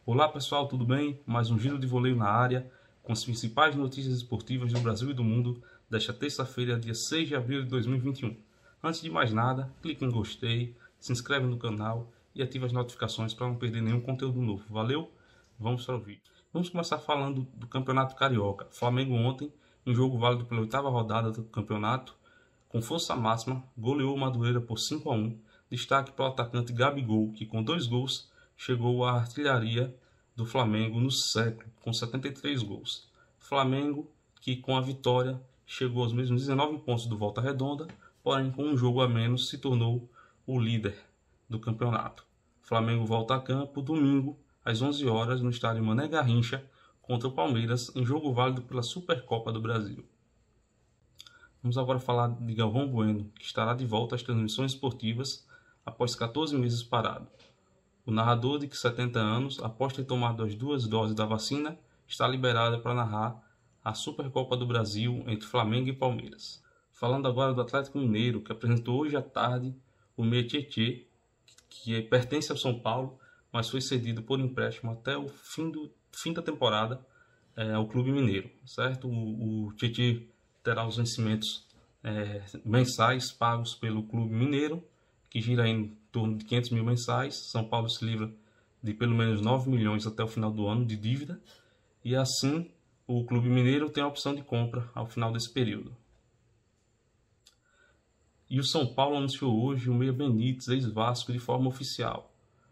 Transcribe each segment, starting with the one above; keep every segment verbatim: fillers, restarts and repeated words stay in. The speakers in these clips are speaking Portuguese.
Olá pessoal, tudo bem? Mais um giro de voleio na área, com as principais notícias esportivas do Brasil e do mundo, desta terça-feira, dia seis de abril de dois mil e vinte e um. Antes de mais nada, clique em gostei, se inscreve no canal e ative as notificações para não perder nenhum conteúdo novo. Valeu? Vamos para o vídeo. Vamos começar falando do Campeonato Carioca. Flamengo ontem, em jogo válido pela oitava rodada do campeonato, com força máxima, goleou o Madureira por cinco a um. Destaque para o atacante Gabigol, que com dois gols chegou à artilharia do Flamengo no século, com setenta e três gols. Flamengo, que com a vitória chegou aos mesmos dezenove pontos do Volta Redonda, porém com um jogo a menos se tornou o líder do campeonato. Flamengo volta a campo domingo às onze horas no estádio Mané Garrincha contra o Palmeiras em jogo válido pela Supercopa do Brasil. Vamos agora falar de Galvão Bueno, que estará de volta às transmissões esportivas após quatorze meses parado. O narrador de setenta anos, após ter tomado as duas doses da vacina, está liberado para narrar a Supercopa do Brasil entre Flamengo e Palmeiras. Falando agora do Atlético Mineiro, que apresentou hoje à tarde o meia Tietê, que pertence ao São Paulo, mas foi cedido por empréstimo até o fim, do, fim da temporada é, ao Clube Mineiro. Certo? O, o Tietê terá os vencimentos é, mensais pagos pelo Clube Mineiro, que gira em torno de quinhentos mil mensais. São Paulo se livra de pelo menos nove milhões até o final do ano de dívida, e assim o Clube Mineiro tem a opção de compra ao final desse período. E o São Paulo anunciou hoje o meia Benítez, ex-Vasco, de forma oficial.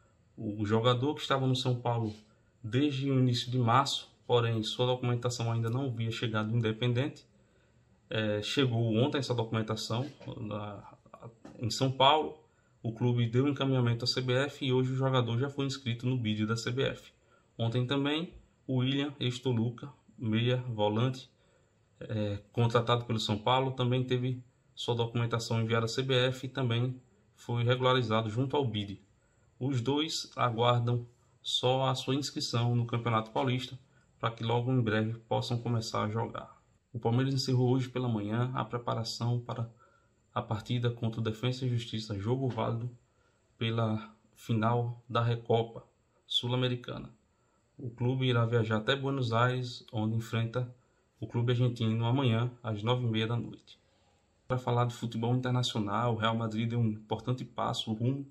O jogador, que estava no São Paulo desde o início de março, porém sua documentação ainda não havia chegado do Independente, é, chegou ontem essa documentação na, em São Paulo. O clube deu encaminhamento à C B F e hoje o jogador já foi inscrito no bid da C B F. Ontem também o William ex-Toluca, meia volante, é, contratado pelo São Paulo, também teve sua documentação enviada à C B F e também foi regularizado junto ao bid. Os dois aguardam só a sua inscrição no Campeonato Paulista para que logo em breve possam começar a jogar. O Palmeiras encerrou hoje pela manhã a preparação para a partida contra o Defensa e Justiça, jogo válido pela final da Recopa Sul-Americana. O clube irá viajar até Buenos Aires, onde enfrenta o clube argentino amanhã às nove e meia da noite. Para falar de futebol internacional, o Real Madrid deu um importante passo rumo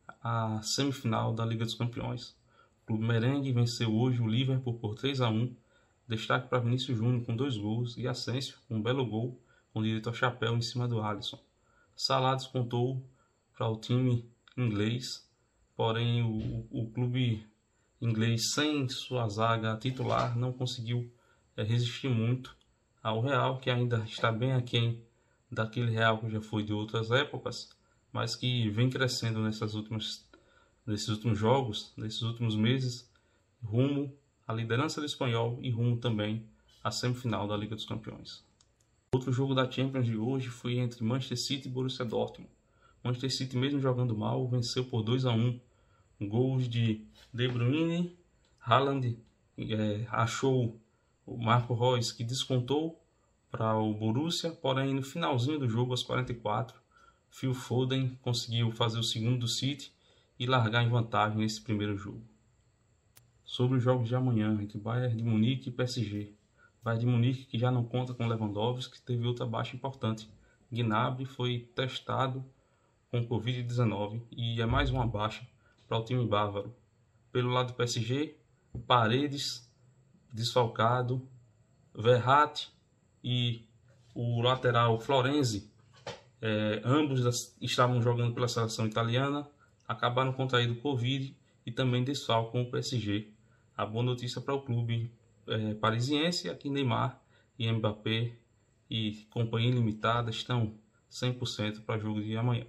à semifinal da Liga dos Campeões. O clube merengue venceu hoje o Liverpool por três a um. Destaque para Vinícius Júnior com dois gols e Asensio com um belo gol com direito ao chapéu em cima do Alisson. Salah descontou para o time inglês, porém o, o clube inglês sem sua zaga titular não conseguiu é, resistir muito ao Real, que ainda está bem aquém daquele Real que já foi de outras épocas, mas que vem crescendo nessas últimas, nesses últimos jogos, nesses últimos meses, rumo à liderança do Espanhol e rumo também à semifinal da Liga dos Campeões. Outro jogo da Champions de hoje foi entre Manchester City e Borussia Dortmund. Manchester City, mesmo jogando mal, venceu por dois a um. Gols de De Bruyne, Haaland é, achou o Marco Reus, que descontou para o Borussia, porém no finalzinho do jogo, aos quarenta e quatro, Phil Foden conseguiu fazer o segundo do City e largar em vantagem nesse primeiro jogo. Sobre os jogos de amanhã, entre Bayern de Munique e P S G. Bayern de Munique, que já não conta com Lewandowski, que teve outra baixa importante. Gnabry foi testado com covid dezenove e é mais uma baixa para o time bávaro. Pelo lado do P S G, Paredes desfalcado, Verratti e o lateral Florenzi, é, ambos das, estavam jogando pela seleção italiana, acabaram contraindo Covid e também desfalcam o P S G. A boa notícia para o clube é, parisiense é que Neymar e Mbappé e companhia limitada estão cem por cento para o jogo de amanhã.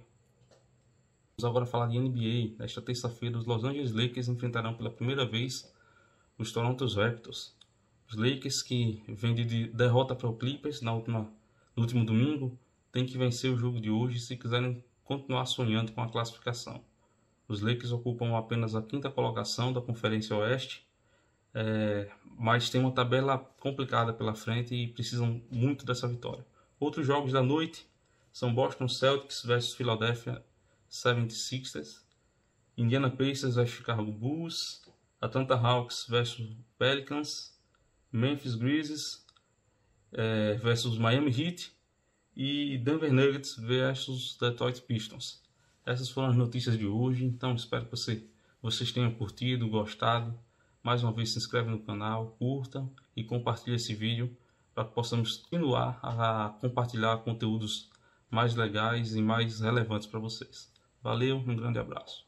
Vamos agora falar de N B A. Nesta terça-feira, os Los Angeles Lakers enfrentarão pela primeira vez os Toronto Raptors. Os Lakers, que vêm de derrota para o Clippers na última, no último domingo, têm que vencer o jogo de hoje se quiserem continuar sonhando com a classificação. Os Lakers ocupam apenas a quinta colocação da Conferência Oeste, é, mas tem uma tabela complicada pela frente e precisam muito dessa vitória. Outros jogos da noite são Boston Celtics versus Philadelphia setenta e seis ers, Indiana Pacers versus Chicago Bulls, Atlanta Hawks versus Pelicans, Memphis Grizzlies é, versus Miami Heat e Denver Nuggets versus Detroit Pistons. Essas foram as notícias de hoje, então espero que você, vocês tenham curtido, gostado. Mais uma vez se inscreve no canal, curta e compartilhe esse vídeo para que possamos continuar a compartilhar conteúdos mais legais e mais relevantes para vocês. Valeu, um grande abraço.